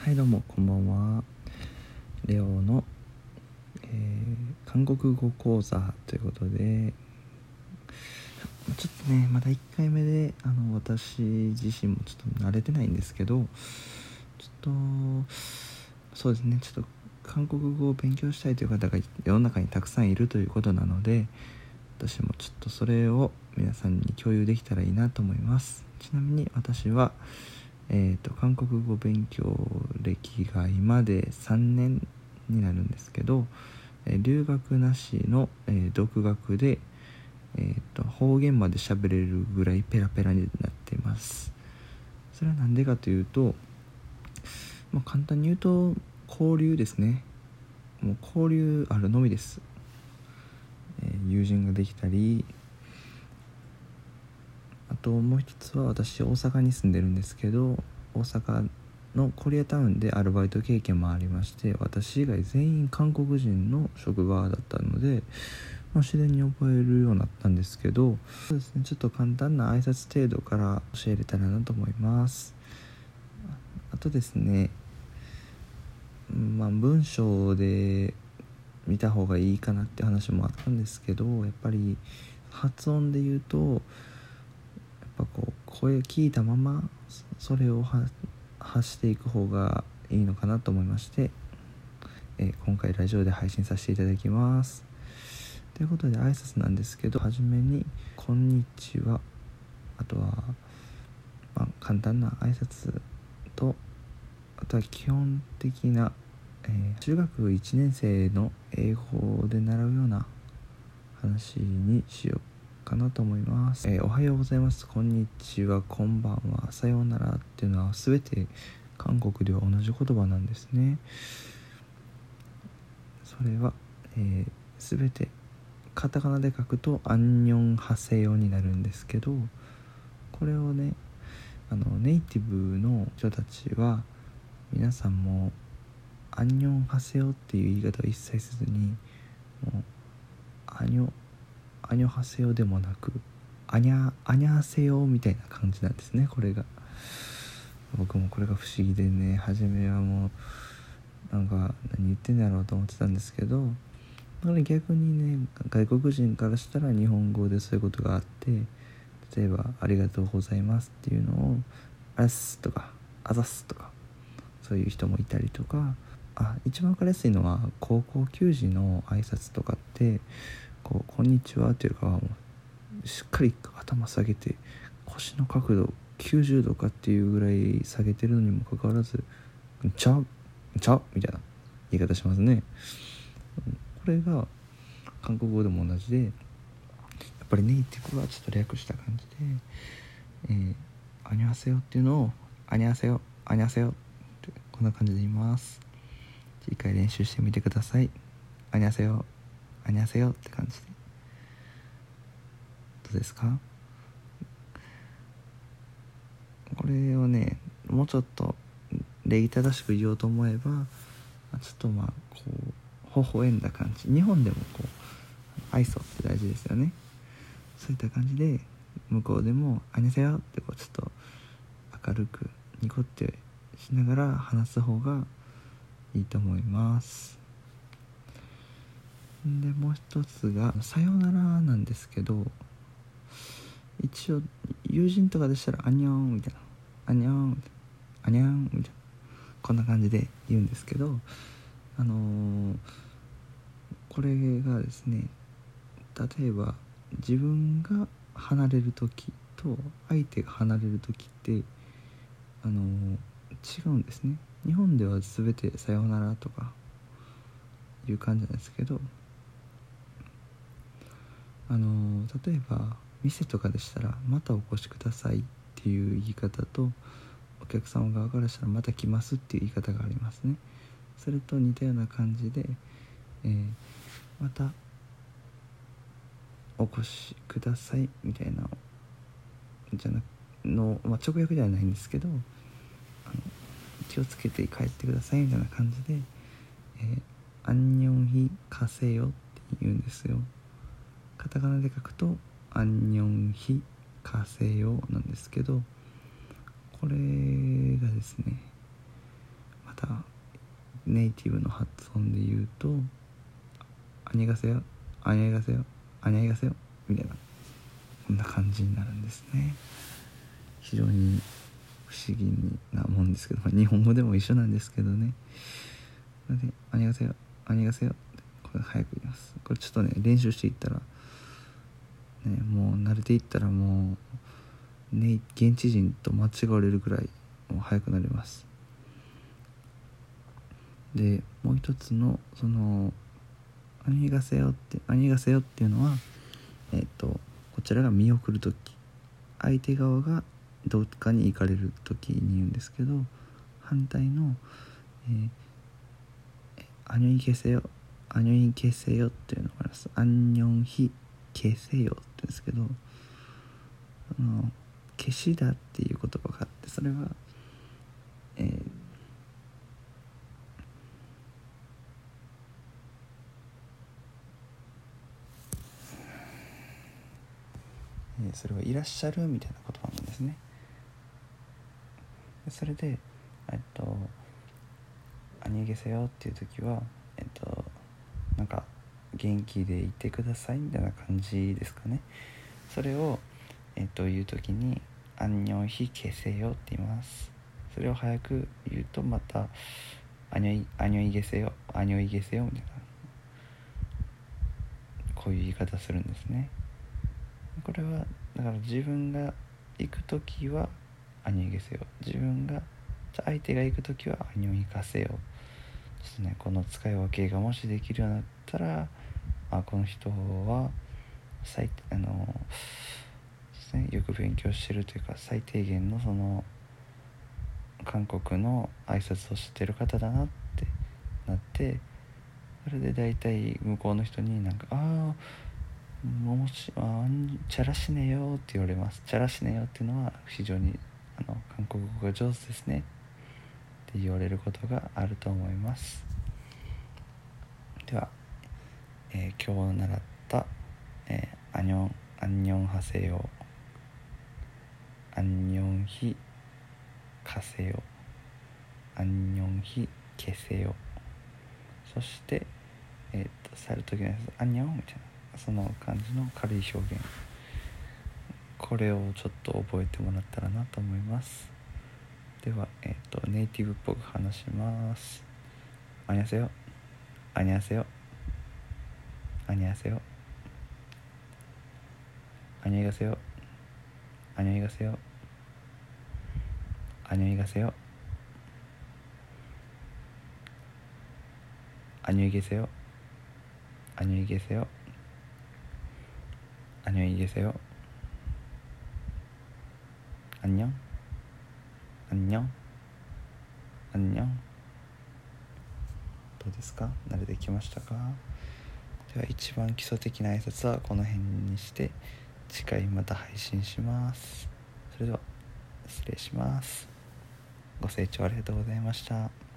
はい、どうもこんばんは。レオの、韓国語講座ということで、ちょっとねまだ1回目で私自身もちょっと慣れてないんですけど、ちょっとそうですね、ちょっと韓国語を勉強したいという方が世の中にたくさんいるということなので、私もちょっとそれを皆さんに共有できたらいいなと思います。ちなみに私は韓国語勉強歴が今で3年になるんですけど、留学なしの、独学で、方言まで喋れるぐらいペラペラになっています。それは何でかというと、簡単に言うと交流ですね。もう交流あるのみです。友人ができたり、あともう一つは私大阪に住んでるんですけど、大阪のコリアタウンでアルバイト経験もありまして、私以外全員韓国人の職場だったので、自然に覚えるようになったんですけど、そうですね、ちょっと簡単な挨拶程度から教えれたらなと思います。あとですね、文章で見た方がいいかなって話もあったんですけど、やっぱり発音で言うと、やっぱ声聞いたままそれを発していく方がいいのかなと思いまして、今回ラジオで配信させていただきます。ということで挨拶なんですけど、はじめにこんにちは、あとは、簡単な挨拶と、あとは基本的な、中学1年生の英語で習うような話にしようかなと思います。おはようございます、こんにちは、こんばんは、さようならっていうのは全て韓国では同じ言葉なんですね。それは、全てカタカナで書くとアンニョンハセヨになるんですけど、これをね、ネイティブの人たちは皆さんもアンニョンハセヨっていう言い方を一切せずに、もうアニョハセヨでもなくアニャハセヨみたいな感じなんですね。これが僕もこれが不思議でね、初めはもう何言ってんだろうと思ってたんですけど、だから逆にね、外国人からしたら日本語でそういうことがあって、例えばありがとうございますっていうのをアラスとかアザスとか、そういう人もいたりとか、一番分かりやすいのは高校球児の挨拶とかって、こんにちはというか、もうしっかり頭下げて腰の角度90度かっていうぐらい下げてるのにもかかわらず、ちゃみたいな言い方しますね。これが韓国語でも同じで、やっぱりネイティブはちょっと略した感じで、アニョハセヨっていうのをアニョハセヨってこんな感じで言います。一回練習してみてください。アニョハセヨって感じでどうですか？これをね、もうちょっと礼儀正しく言おうと思えば、ちょっと微笑んだ感じ、日本でも愛想って大事ですよね。そういった感じで向こうでも「あにゃせよ」ってちょっと明るくニコってしながら話す方がいいと思います。でもう一つがさよならなんですけど、一応友人とかでしたら「アニョン」みたいな「アニョン」みたいな「アニャン」みたいな、こんな感じで言うんですけど、これがですね、例えば自分が離れる時と相手が離れる時って違うんですね。日本では全てさようならとかいう感じなんですけど、例えば店とかでしたらまたお越しくださいっていう言い方と、お客様側からしたらまた来ますっていう言い方がありますね。それと似たような感じで、またお越しくださいみたいなじゃなの、直訳ではないんですけど、気をつけて帰ってくださいみたいな感じで、アンニョンヒカセヨって言うんですよ。カタカナで書くとアンニョンヒカセヨなんですけど、これがですね、 たネイティブの発音で言うとアニガセヨアニガセヨアニガセヨみたいな、こんな感じになるんですね。非常に不思議なもんですけど、日本語でも一緒なんですけどね。なのでアニガセヨアニガセヨ、これ早く言います。これちょっとね練習していったらね、もう慣れていったらもうね、現地人と間違われるぐらいもう早くなります。でもう一つのそのアニガセヨっていうのはこちらが見送るとき、相手側がどっかに行かれるときに言うんですけど、反対の、アニョイケセヨアニョイケセヨっていうのがあります。アンニョンヒケセヨって言うんですけど、消しだっていう言葉があって、それはそれはいらっしゃるみたいな言葉なんですね。それでアニゲセヨっていう時はなんか元気でいてくださいみたいな感じですかね。それを言う時にアンニョンヒケセヨって言います。それを早く言うとまたアニョイゲセヨアニョイゲセヨみたいな、こういう言い方するんですね。これはだから自分が行くときはアニョイゲセヨ、相手が行くときはアニョイガセヨ。ちょっとねこの使い分けがもしできるようになったら、この人はよく勉強してるというか、最低限のその韓国の挨拶を知ってる方だなってなって、それで大体向こうの人になんかチャラしねよって言われます。チャラしねよっていうのは非常に韓国語が上手ですねって言われることがあると思います。では、今日習った、アンニョンハセヨアンニョンヒカセヨアンニョンヒケセヨ、そして去る時のアンニョンみたいな、その感じの軽い表現、これをちょっと覚えてもらったらなと思います。では、ネイティブっぽく話します。アニャセヨアニャセヨアニャセヨアニョイガセヨアニョイガセヨアニョイガセヨアニョイゲセヨアニョイゲセヨアニョイゲセヨアンニョンアンニョンアンニョン。どうですか？慣れてきましたか？では一番基礎的な挨拶はこの辺にして、次回また配信します。それでは失礼します。ご清聴ありがとうございました。